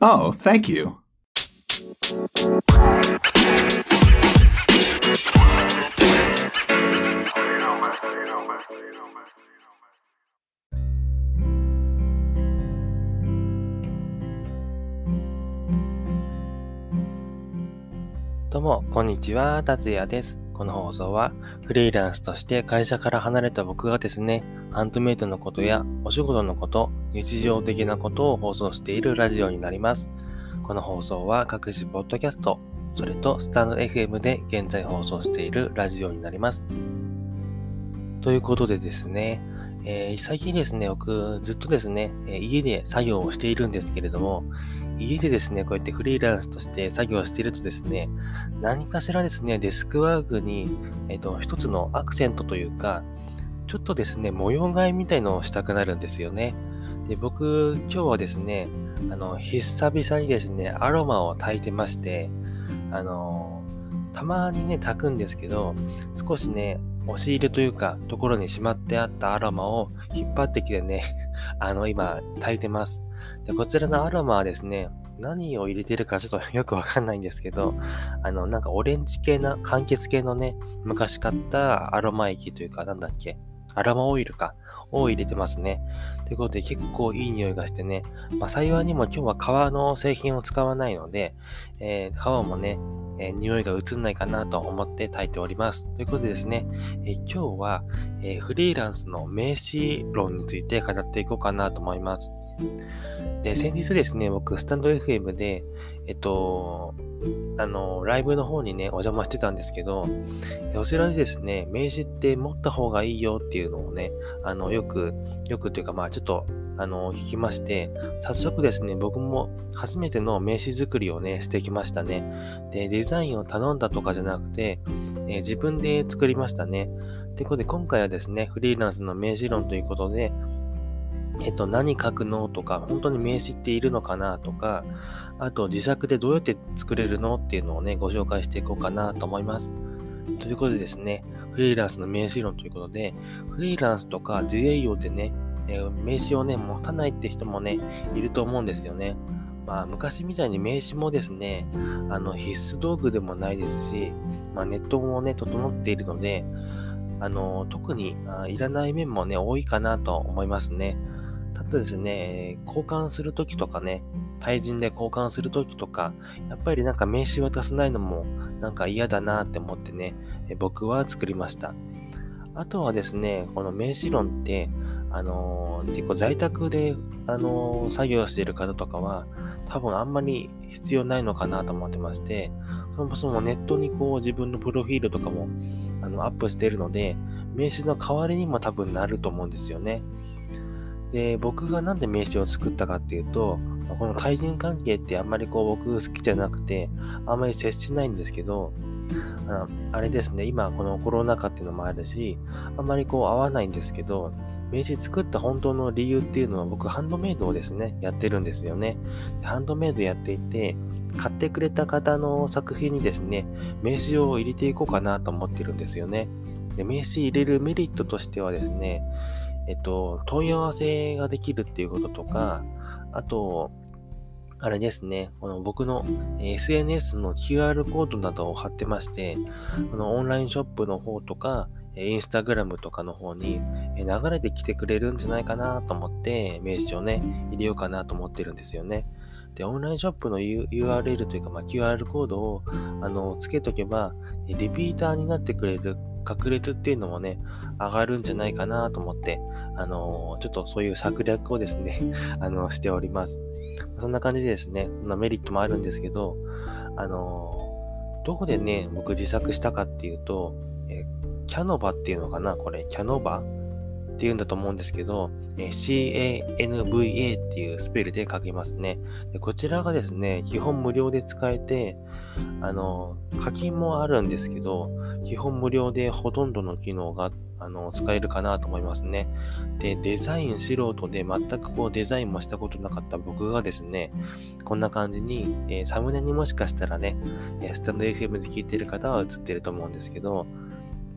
Oh, thank you. どうも、こんにちは、達也です。この放送は、フリーランスとして会社から離れた僕がですね、ハンドメイドのことやお仕事のこと、日常的なことを放送しているラジオになります。この放送は各種ポッドキャスト、それとスタンド FM で現在放送しているラジオになります。ということでですね、最近ですね、僕ずっとですね、家で作業をしているんですけれども、家でですね、こうやってフリーランスとして作業しているとですね、何かしらですね、デスクワークに、一つのアクセントというか、ちょっとですね、模様替えみたいのをしたくなるんですよね。で、僕、今日はですね、久々にですね、アロマを焚いてまして、あの、たまにね、焚くんですけど、少しね、押し入れというか、ところにしまってあったアロマを引っ張ってきてね、今、焚いてます。で、こちらのアロマはですね、何を入れてるかちょっとよくわかんないんですけど、なんかオレンジ系な、柑橘系のね、昔買ったアロマ液というか、なんだっけ、アロマオイルか、を入れてますね。ということで結構いい匂いがしてね、幸いにも今日は革の製品を使わないので、革もね、匂いが移んないかなと思って炊いております。ということでですね、今日は、フリーランスの名詞論について語っていこうかなと思います。で、先日ですね、僕、スタンド FM で、ライブの方にね、お邪魔してたんですけど、そちらでですね、名刺って持った方がいいよっていうのをね、よくというか、ちょっと、聞きまして、早速ですね、僕も初めての名刺作りをね、してきましたね。で、デザインを頼んだとかじゃなくて、自分で作りましたね。ということで、今回はですね、フリーランスの名刺論ということで、何書くのとか、本当に名刺っているのかなとか、あと自作でどうやって作れるのっていうのをね、ご紹介していこうかなと思います。ということでですね、フリーランスの名刺論ということで、フリーランスとか自営業でね、名刺をね、持たないって人もね、いると思うんですよね。昔みたいに名刺もですね、必須道具でもないですし、ネットもね、整っているので、特にいらない面もね、多いかなと思いますね。ただですね、交換するときとかね、対人で交換するときとか、やっぱりなんか名刺渡さないのもなんか嫌だなって思ってね、僕は作りました。あとはですね、この名刺論って、結構在宅で、作業している方とかは、多分あんまり必要ないのかなと思ってまして、そもそもネットにこう自分のプロフィールとかも、アップしているので、名刺の代わりにも多分なると思うんですよね。で、僕がなんで名刺を作ったかっていうと、この対人関係ってあんまりこう僕好きじゃなくて、あんまり接しないんですけど、あれですね、今このコロナ禍っていうのもあるし、あんまりこう合わないんですけど、名刺作った本当の理由っていうのは僕ハンドメイドをですね、やってるんですよね。ハンドメイドやっていて、買ってくれた方の作品にですね、名刺を入れていこうかなと思ってるんですよね。で、名刺入れるメリットとしてはですね、問い合わせができるっていうこととか、あと、あれですね、この僕の SNS の QR コードなどを貼ってまして、このオンラインショップの方とか、インスタグラムとかの方に流れてきてくれるんじゃないかなと思って、名刺をね、入れようかなと思ってるんですよね。で、オンラインショップの URL というか、QR コードをつけとけば、リピーターになってくれる確率っていうのもね、上がるんじゃないかなと思って、ちょっとそういう策略をですね、しております。そんな感じでですね、メリットもあるんですけど、どこでね、僕自作したかっていうと、キャノバっていうのかなこれ、キャノバっていうんだと思うんですけど、CANVA っていうスペルで書きますね。でこちらがですね、基本無料で使えて、課金もあるんですけど、基本無料でほとんどの機能が使えるかなと思いますね。で、デザイン素人で全くこうデザインもしたことなかった僕がですね、こんな感じに、サムネにもしかしたらね、スタンド FM で聞いてる方は映ってると思うんですけど、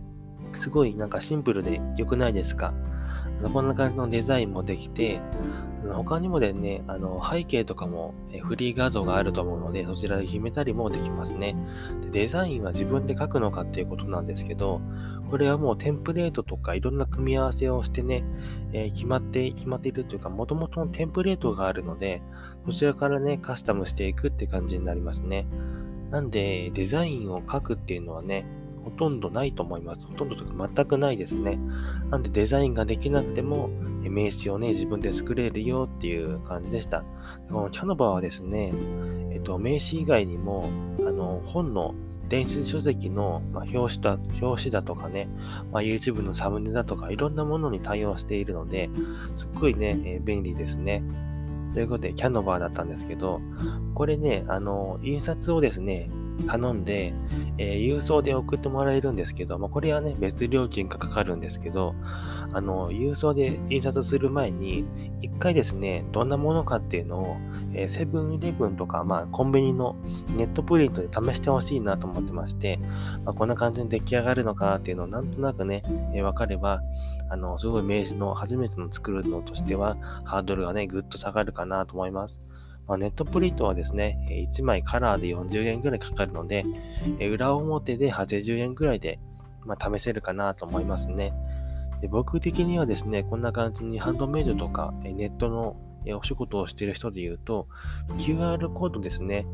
すごいなんかシンプルで良くないですか？こんな感じのデザインもできて、 他にもですね、背景とかもフリー画像があると思うので、そちらで決めたりもできますね。で、デザインは自分で書くのかっていうことなんですけど、これはもうテンプレートとかいろんな組み合わせをしてね、決まっているというか、元々のテンプレートがあるので、そちらからね、カスタムしていくって感じになりますね。なんで、デザインを書くっていうのはね、ほとんどないと思います。ほとんどというか全くないですね。なんでデザインができなくても、名刺をね、自分で作れるよっていう感じでした。このキャノバはですね、名刺以外にも、本の電子書籍の、表紙だとかね、YouTube のサムネだとか、いろんなものに対応しているので、すっごいね、便利ですね。ということで、キャノバーだったんですけど、これね、印刷をですね、頼んで、郵送で送ってもらえるんですけど、これはね、別料金がかかるんですけど、郵送で印刷する前に、一回ですね、どんなものかっていうのを、セブンイレブンとか、コンビニのネットプリントで試してほしいなと思ってまして、こんな感じに出来上がるのかっていうのをなんとなくね、わかれば、すごい名刺の初めての作るのとしては、ハードルがね、ぐっと下がるかなと思います。ネットプリントはですね、1枚カラーで40円ぐらいかかるので、裏表で80円ぐらいで、試せるかなと思いますね。で、僕的にはですね、こんな感じにハンドメイドとか、ネットのお仕事をしている人で言うと、QR コードですね、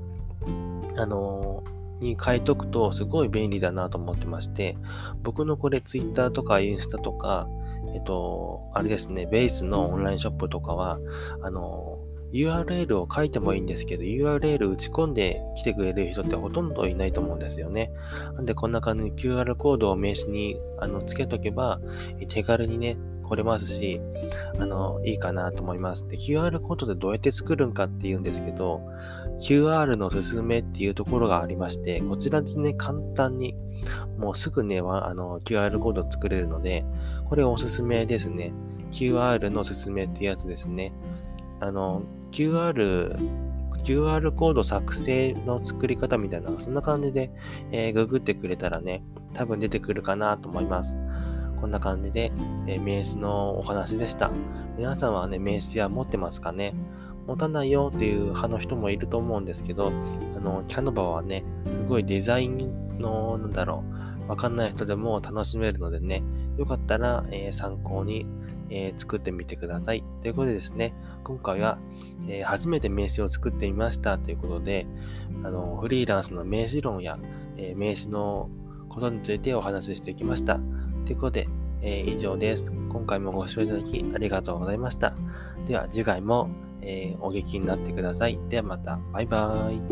に変えとくとすごい便利だなと思ってまして、僕のこれ Twitter とかインスタとか、あれですね、ベースのオンラインショップとかは、URL を書いてもいいんですけど、URL 打ち込んで来てくれる人ってほとんどいないと思うんですよね。なんでこんな感じに QR コードを名刺につけとけば、手軽にね、来れますし、いいかなと思います。で、QR コードでどうやって作るんかっていうんですけど、QR のすすめっていうところがありまして、こちらでね、簡単に、もうすぐね、QR コード作れるので、これおすすめですね。QR のすすめってやつですね。あの、QR、QR コード作成の作り方みたいな、そんな感じで、ググってくれたらね、多分出てくるかなと思います。こんな感じで、名刺のお話でした。皆さんはね、名刺は持ってますかね？持たないよっていう派の人もいると思うんですけど、キャノバはね、すごいデザインの、わかんない人でも楽しめるのでね、よかったら、参考に、作ってみてください。ということでですね、今回は、初めて名刺を作ってみましたということで、フリーランスの名刺論や、名刺のことについてお話ししてきました。ということで、以上です。今回もご視聴いただきありがとうございました。では次回も、お聞きになってください。ではまた。バイバイ。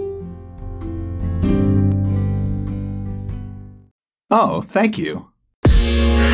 Oh, thank you.